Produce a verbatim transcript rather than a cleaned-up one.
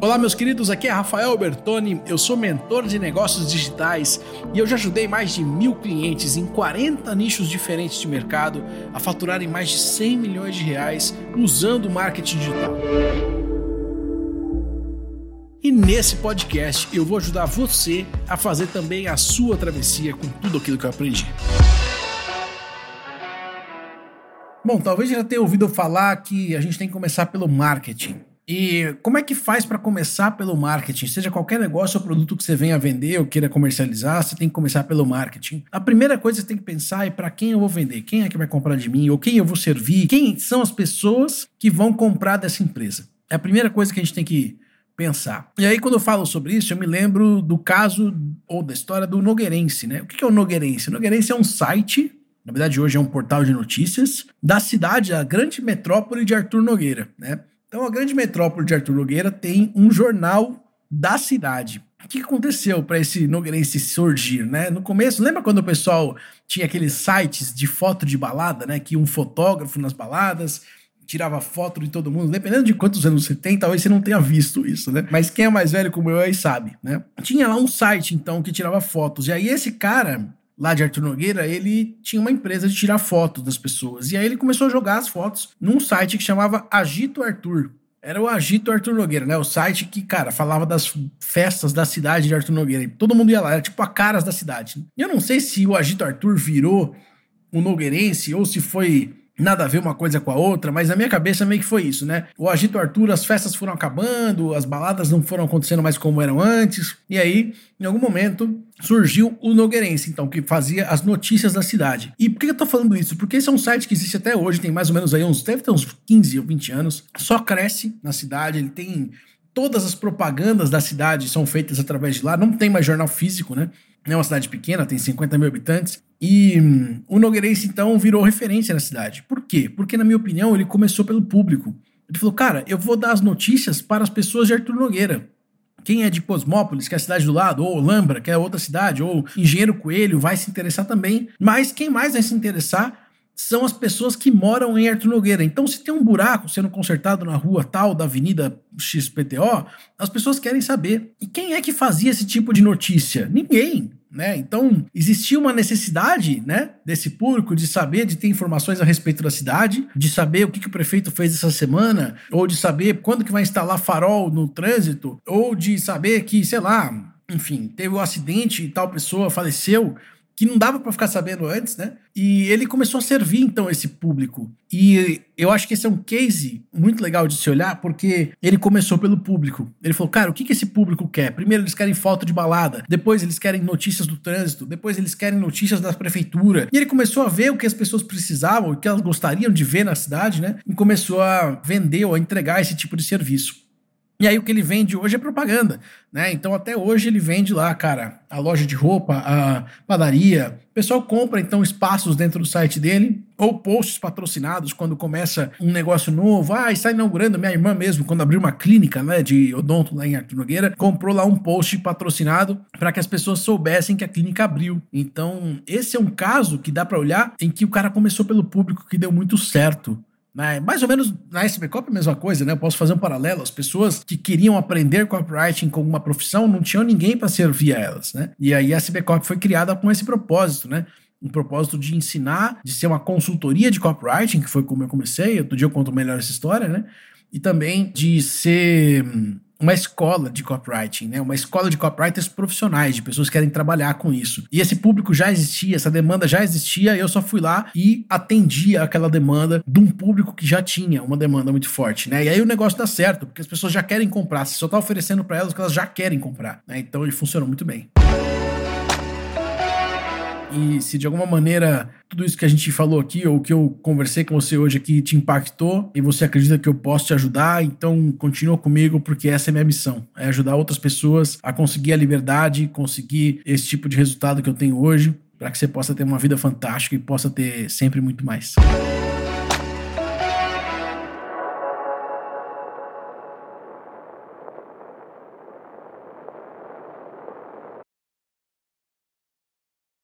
Olá, meus queridos, aqui é Rafael Bertoni, eu sou mentor de negócios digitais e eu já ajudei mais de mil clientes em quarenta nichos diferentes de mercado a faturarem mais de cem milhões de reais usando o marketing digital. E nesse podcast eu vou ajudar você a fazer também a sua travessia com tudo aquilo que eu aprendi. Bom, talvez já tenha ouvido falar que a gente tem que começar pelo marketing. E como é que faz para começar pelo marketing? Seja qualquer negócio ou produto que você venha vender ou queira comercializar, você tem que começar pelo marketing. A primeira coisa que você tem que pensar é para quem eu vou vender, quem é que vai comprar de mim, ou quem eu vou servir, quem são as pessoas que vão comprar dessa empresa. É a primeira coisa que a gente tem que pensar. E aí, quando eu falo sobre isso, eu me lembro do caso ou da história do Nogueirense, né? O que é o Nogueirense? O Nogueirense é um site, na verdade hoje é um portal de notícias, da cidade, a grande metrópole de Arthur Nogueira, né? Então, a grande metrópole de Arthur Nogueira tem um jornal da cidade. O que aconteceu para esse nogueirense surgir, né? No começo, lembra quando o pessoal tinha aqueles sites de foto de balada, né? Que um fotógrafo nas baladas tirava foto de todo mundo. Dependendo de quantos anos você tem, talvez você não tenha visto isso, né? Mas quem é mais velho como eu aí sabe, né? Tinha lá um site, então, que tirava fotos. E aí esse cara lá de Arthur Nogueira, ele tinha uma empresa de tirar fotos das pessoas. E aí ele começou a jogar as fotos num site que chamava Agito Arthur. Era o Agito Arthur Nogueira, né? O site que, cara, falava das festas da cidade de Arthur Nogueira. E todo mundo ia lá, era tipo a caras da cidade. E eu não sei se o Agito Arthur virou um nogueirense ou se foi nada a ver uma coisa com a outra, mas na minha cabeça meio que foi isso, né? O Agito Arthur, as festas foram acabando, as baladas não foram acontecendo mais como eram antes, e aí, em algum momento, surgiu o Nogueirense, então, que fazia as notícias da cidade. E por que eu tô falando isso? Porque esse é um site que existe até hoje, tem mais ou menos aí uns, deve ter uns quinze ou vinte anos, só cresce na cidade, ele tem todas as propagandas da cidade são feitas através de lá, não tem mais jornal físico, né? É uma cidade pequena, tem cinquenta mil habitantes. E hum, o Nogueirense, então, virou referência na cidade. Por quê? Porque, na minha opinião, ele começou pelo público. Ele falou, cara, eu vou dar as notícias para as pessoas de Arthur Nogueira. Quem é de Cosmópolis, que é a cidade do lado, ou Olambra, que é outra cidade, ou Engenheiro Coelho, vai se interessar também. Mas quem mais vai se interessar são as pessoas que moram em Arthur Nogueira. Então, se tem um buraco sendo consertado na rua tal da Avenida X P T O, as pessoas querem saber. E quem é que fazia esse tipo de notícia? Ninguém, né? Então, existia uma necessidade, né, desse público de saber, de ter informações a respeito da cidade, de saber o que, que o prefeito fez essa semana, ou de saber quando que vai instalar farol no trânsito, ou de saber que, sei lá, enfim, teve um acidente e tal pessoa faleceu, que não dava para ficar sabendo antes, né? E ele começou a servir, então, esse público. E eu acho que esse é um case muito legal de se olhar, porque ele começou pelo público. Ele falou, cara, o que que esse público quer? Primeiro eles querem foto de balada, depois eles querem notícias do trânsito, depois eles querem notícias da prefeitura. E ele começou a ver o que as pessoas precisavam, o que elas gostariam de ver na cidade, né? E começou a vender ou a entregar esse tipo de serviço. E aí o que ele vende hoje é propaganda, né? Então até hoje ele vende lá, cara, a loja de roupa, a padaria. O pessoal compra então espaços dentro do site dele ou posts patrocinados quando começa um negócio novo. Ah, está inaugurando, minha irmã mesmo, quando abriu uma clínica, né, de odonto lá em Arthur Nogueira, comprou lá um post patrocinado para que as pessoas soubessem que a clínica abriu. Então esse é um caso que dá para olhar em que o cara começou pelo público, que deu muito certo. Né? Mais ou menos na S B Cop é a mesma coisa, né? Eu posso fazer um paralelo. As pessoas que queriam aprender copywriting como uma profissão não tinham ninguém para servir a elas, né? E aí a S B Cop foi criada com esse propósito, né? Um propósito de ensinar, de ser uma consultoria de copywriting, que foi como eu comecei. Outro dia eu conto melhor essa história, né? E também de ser uma escola de copywriting, né? Uma escola de copywriters profissionais, de pessoas que querem trabalhar com isso. E esse público já existia, essa demanda já existia, e eu só fui lá e atendia aquela demanda de um público que já tinha uma demanda muito forte, né? E aí o negócio dá certo, porque as pessoas já querem comprar, você só tá oferecendo para elas o que elas já querem comprar, né? Então ele funcionou muito bem. E se de alguma maneira tudo isso que a gente falou aqui, ou que eu conversei com você hoje aqui, te impactou e você acredita que eu posso te ajudar, então continua comigo, porque essa é a minha missão, é ajudar outras pessoas a conseguir a liberdade, conseguir esse tipo de resultado que eu tenho hoje, para que você possa ter uma vida fantástica e possa ter sempre muito mais.